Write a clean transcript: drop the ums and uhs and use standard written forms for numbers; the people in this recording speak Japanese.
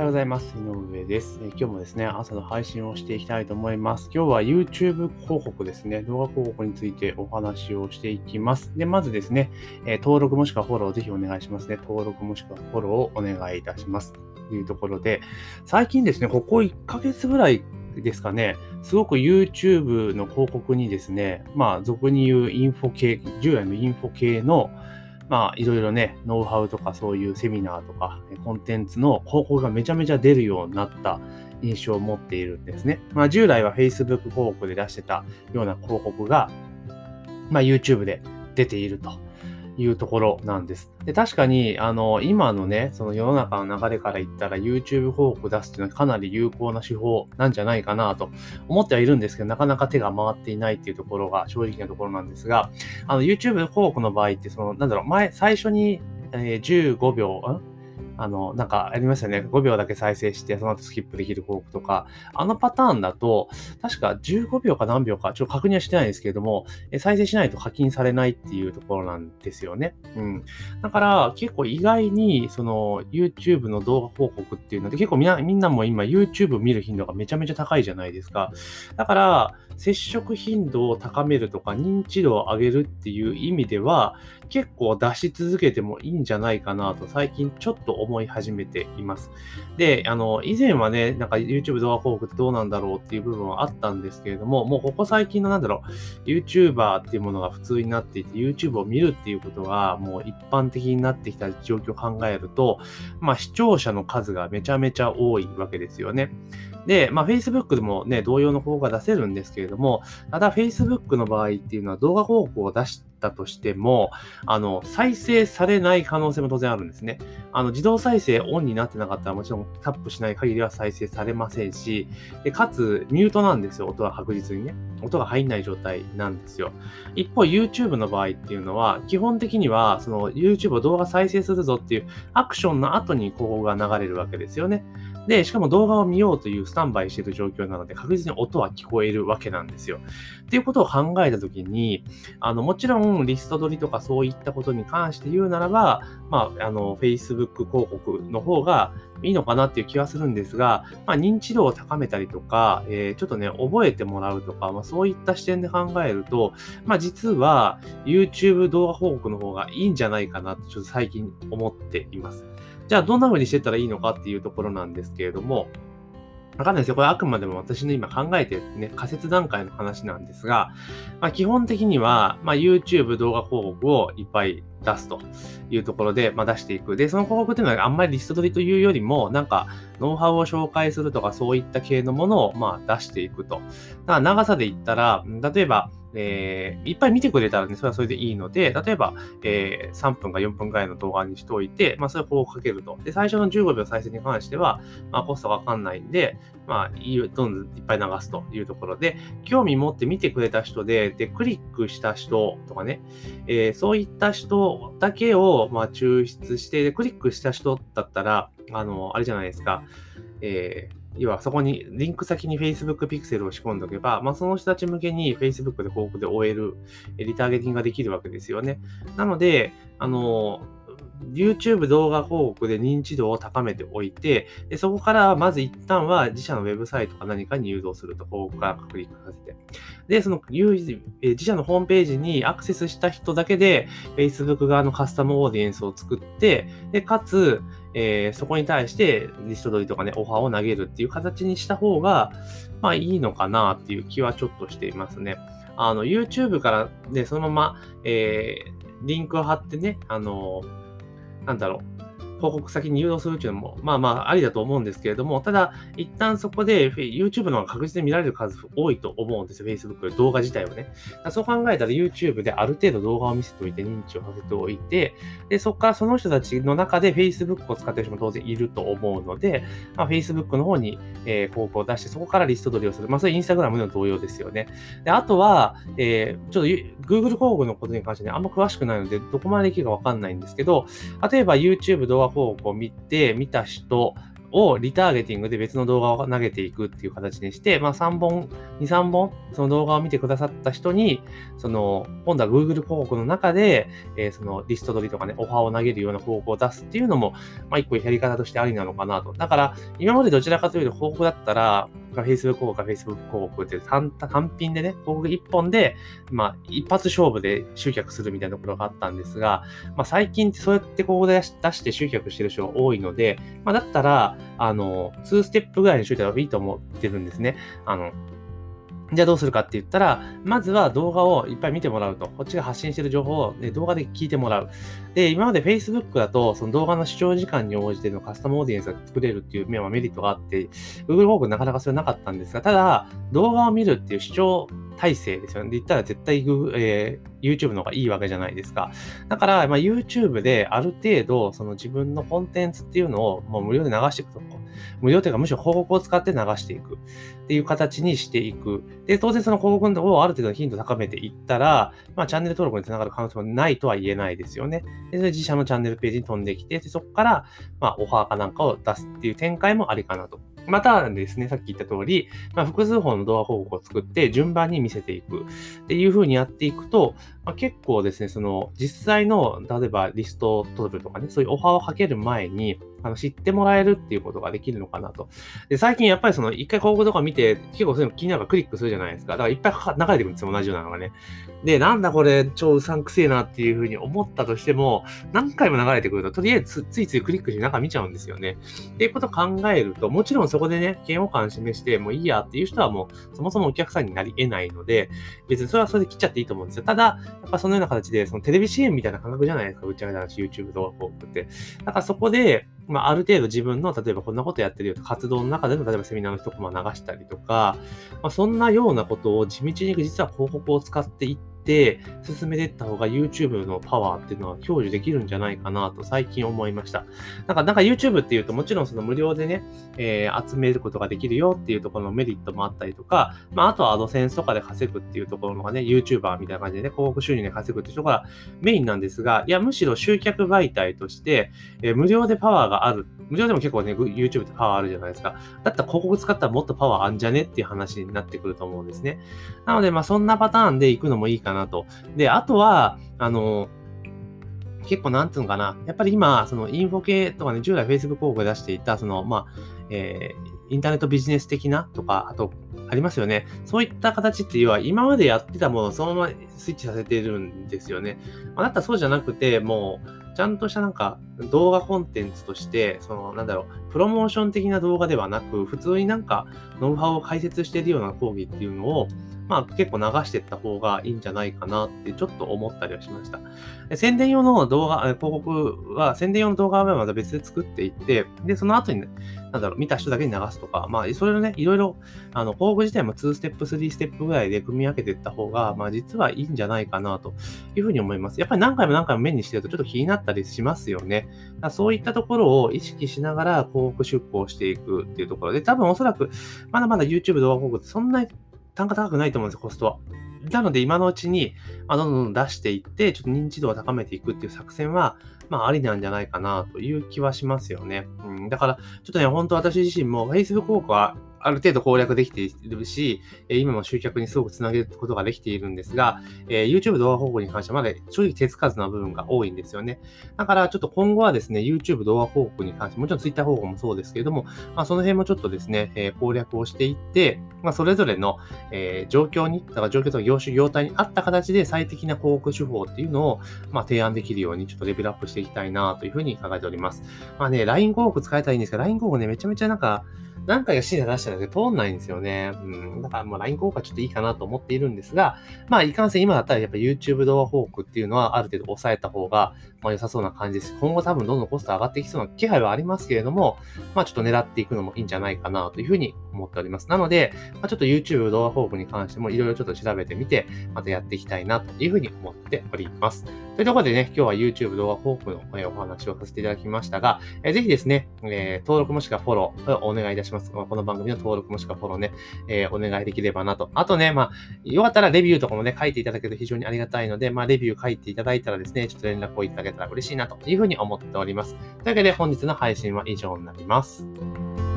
おはようございます。井上です。今日もですね、朝の配信をしていきたいと思います。今日は YouTube 広告ですね、動画広告についてお話をしていきます。で、まずですね、登録もしくはフォローぜひお願いしますね。登録もしくはフォローをお願いいたします。というところで、最近ですね、ここ1ヶ月ぐらいですかね、すごく YouTube の広告にですね、俗に言うインフォ系、従来のインフォ系のいろいろね、ノウハウとかそういうセミナーとか、コンテンツの広告がめちゃめちゃ出るようになった印象を持っているんですね。従来は Facebook 広告で出してたような広告が、YouTube で出ているというところなんです。で、確かに、今のね、その世の中の流れから言ったら YouTube 広告出すっていうのはかなり有効な手法なんじゃないかなと思ってはいるんですけど、なかなか手が回っていないっていうところが正直なところなんですが、YouTube 広告の場合って、最初に、15秒、なんかありますよね。5秒だけ再生して、その後スキップできる広告とか、あのパターンだと、確か15秒か何秒か、ちょっと確認はしてないんですけれども、再生しないと課金されないっていうところなんですよね。だから、結構意外に、YouTube の動画広告っていうので、結構みんなも今 YouTube 見る頻度がめちゃめちゃ高いじゃないですか。だから、接触頻度を高めるとか、認知度を上げるっていう意味では、結構出し続けてもいいんじゃないかなと最近ちょっと思い始めています。で、以前はね、なんか YouTube 動画広告ってどうなんだろうっていう部分はあったんですけれども、もうここ最近のYouTuber っていうものが普通になっていて、YouTube を見るっていうことがもう一般的になってきた状況を考えると、視聴者の数がめちゃめちゃ多いわけですよね。で、Facebook でもね、同様の広告が出せるんですけれども、ただ Facebook の場合っていうのは動画広告を出したとしても、再生されない可能性も当然あるんですね。自動再生オンになってなかったらもちろんタップしない限りは再生されませんし、でかつミュートなんですよ、音は確実にね。音が入んない状態なんですよ。一方 YouTube の場合っていうのは、基本的にはその YouTube を動画再生するぞっていうアクションの後に広告が流れるわけですよね。で、しかも動画を見ようというスタンバイしている状況なので、確実に音は聞こえるわけなんですよ。っていうことを考えたときに、もちろんリスト取りとかそういったことに関して言うならば、Facebook 広告の方がいいのかなっていう気はするんですが、認知度を高めたりとか、ちょっとね、覚えてもらうとか、そういった視点で考えると、実は YouTube 動画広告の方がいいんじゃないかなと、ちょっと最近思っています。じゃあ、どんな風にしてったらいいのかっていうところなんですけれども、わかんないですよ。これあくまでも私の今考えてるね、仮説段階の話なんですが、基本的には、YouTube 動画広告をいっぱい出すというところで、出していく。で、その広告っていうのはあんまりリスト取りというよりも、なんか、ノウハウを紹介するとか、そういった系のものを、出していくと。だから長さで言ったら、例えば、いっぱい見てくれたらね、それはそれでいいので、例えば、3分か4分くらいの動画にしておいて、それをこうかけると。で、最初の15秒再生に関しては、コストがかかんないんで、どんどんいっぱい流すというところで、興味持って見てくれた人で、クリックした人とかね、そういった人だけを、抽出して、クリックした人だったら、あれじゃないですか、要はそこにリンク先に Facebook ピクセルを仕込んでおけば、その人たち向けに Facebook で広告で終える、リターゲティングができるわけですよね。なので、YouTube 動画広告で認知度を高めておいて、でそこからまず一旦は自社のウェブサイトか何かに誘導すると、広告からクリックさせて。で、その自社のホームページにアクセスした人だけで Facebook 側のカスタムオーディエンスを作って、で、かつ、そこに対してリスト取りとかね、オファーを投げるっていう形にした方が、いいのかなっていう気はちょっとしていますね。YouTube からね、そのまま、リンクを貼ってね、広告先に誘導するっていうのも、ありだと思うんですけれども、ただ、一旦そこで、YouTube の方が確実に見られる数多いと思うんですよ、Facebook の動画自体はね。そう考えたら YouTube である程度動画を見せておいて、認知をさせておいて、で、そこからその人たちの中で Facebook を使っている人も当然いると思うので、Facebook の方に、広告を出して、そこからリスト取りをする。それ Instagram の同様ですよね。で、あとは、ちょっと Google 広告のことに関してね、あんま詳しくないので、どこまでできるかわかんないんですけど、例えば YouTube 動画広告を見た人をリターゲティングで別の動画を投げていくっていう形にして、まあ3本、2、3本、その動画を見てくださった人に、今度は Google 広告の中で、そのリスト取りとかね、オファーを投げるような広告を出すっていうのも、まあ一個やり方としてありなのかなと。だから、今までどちらかというと広告だったら、Facebook 広告か Facebook 広告って単品でね、広告1本で、まあ一発勝負で集客するみたいなところがあったんですが、まあ最近ってそうやって広告で出して集客してる人が多いので、まあだったら、2ステップぐらいにしといた方がいいと思ってるんですね。じゃあどうするかって言ったら、まずは動画をいっぱい見てもらうと。こっちが発信している情報を、ね、動画で聞いてもらう。で、今まで Facebook だと、その動画の視聴時間に応じてのカスタムオーディエンスが作れるっていうメリットがあって、Google 広告なかなかそれなかったんですが、ただ、動画を見るっていう視聴体制ですよね。で言ったら絶対YouTube の方がいいわけじゃないですか。だから、まあ、YouTube である程度、その自分のコンテンツっていうのをもう無料で流していくと。無料というか、むしろ広告を使って流していくっていう形にしていく。で、当然その広告をある程度の頻度高めていったら、まあ、チャンネル登録につながる可能性もないとは言えないですよね。で、それ自社のチャンネルページに飛んできて、でそこから、まあ、オファーかなんかを出すっていう展開もありかなと。またですね、さっき言った通り、まあ、複数本の動画広告を作って順番に見せていくっていう風にやっていくと、まあ、結構ですね、実際の、例えばリストを取るとかね、そういうオファーをかける前に、知ってもらえるっていうことができるのかなと。で、最近やっぱり一回広告とか見て、結構そういうの気になるからクリックするじゃないですか。だからいっぱい流れてくるんですよ、同じようなのがね。で、なんだこれ、超うさんくせえなっていう風に思ったとしても、何回も流れてくると、とりあえずついついクリックして中見ちゃうんですよね。っていうことを考えると、もちろんそこでね、嫌悪感示して、もういいやっていう人はもう、そもそもお客さんになり得ないので、別にそれはそれで切っちゃっていいと思うんですよ。ただ、やっぱそのような形で、テレビ CM みたいな感覚じゃないですか、ぶっちゃけた話、YouTube 動画広告って。だからそこで、まあ、ある程度自分の、例えばこんなことやってるよと、活動の中での、例えばセミナーの一コマ流したりとか、まあ、そんなようなことを地道に実は広告を使っていって、進めていった方が YouTube のパワーっていうのは享受できるんじゃないかなと最近思いました。なんか YouTube っていうともちろんその無料でね、集めることができるよっていうところのメリットもあったりとか、まああとはAdSenseとかで稼ぐっていうところのがね、YouTuber みたいな感じでね、広告収入で稼ぐっていうところがメインなんですが、いやむしろ集客媒体として、無料でパワーがある。無料でも結構ね、YouTube ってパワーあるじゃないですか。だったら広告使ったらもっとパワーあんじゃねっていう話になってくると思うんですね。なので、まあそんなパターンで行くのもいいかなと。で、あとは、結構なんつうのかな。やっぱり今、インフォ系とかね、従来 Facebook 広告で出していた、インターネットビジネス的なとか、あと、ありますよね。そういった形っていうのは、今までやってたものをそのままスイッチさせてるんですよね。まあ、だったらそうじゃなくて、もう、ちゃんとしたなんか動画コンテンツとして、プロモーション的な動画ではなく、普通になんかノウハウを解説しているような講義っていうのを、まあ結構流していった方がいいんじゃないかなってちょっと思ったりはしました。宣伝用の動画、広告は、宣伝用の動画はまた別で作っていって、で、その後に、ね、見た人だけに流すとか、まあ、それをね、いろいろ、広告自体も2ステップ、3ステップぐらいで組み分けていった方が、まあ、実はいいんじゃないかなというふうに思います。やっぱり何回も何回も目にしてるとちょっと気になったりしますよね。そういったところを意識しながら広告出稿していくっていうところで、多分おそらく、まだまだ YouTube 動画広告ってそんなに単価高くないと思うんですよ、コストは。なので今のうちに、どんどん出していって、ちょっと認知度を高めていくっていう作戦は、まあありなんじゃないかなという気はしますよね。だから、ちょっとね、本当私自身も Facebook 広告はある程度攻略できているし、今も集客にすごくつなげることができているんですが、YouTube 動画広告に関してはまだ正直手つかずな部分が多いんですよね。だからちょっと今後はですね、YouTube 動画広告に関して、もちろん Twitter 広告もそうですけれども、まあその辺もちょっとですね、攻略をしていって、まあそれぞれの、状況に、だから状況とか業種業態に合った形で最適な広告手法っていうのを、まあ提案できるようにちょっとレベルアップしていきたいなというふうに考えております。まあね、LINE 広告使えたらいいんですけど、LINE 広告ね、めちゃめちゃ何回か審査出したんですけど、通んないんですよね。だからもう LINE 広告はちょっといいかなと思っているんですが、まあいかんせん今だったらやっぱ YouTube 動画広告っていうのはある程度抑えた方が、まあ良さそうな感じです。今後多分どんどんコスト上がっていきそうな気配はありますけれども、まあちょっと狙っていくのもいいんじゃないかなというふうに思っております。なので、まあ、ちょっと YouTube 動画広告に関してもいろいろちょっと調べてみて、またやっていきたいなというふうに思っております。 というところでね、今日は YouTube 動画広告のお話をさせていただきましたが、ぜひですね、登録もしくはフォローをお願いいたします。この番組の登録もしくはフォローね、お願いできればなと。あとね、よかったらレビューとかもね、書いていただけると非常にありがたいので、レビュー書いていただいたらですね、ちょっと連絡をいただけたら嬉しいなというふうに思っております。というわけで本日の配信は以上になります。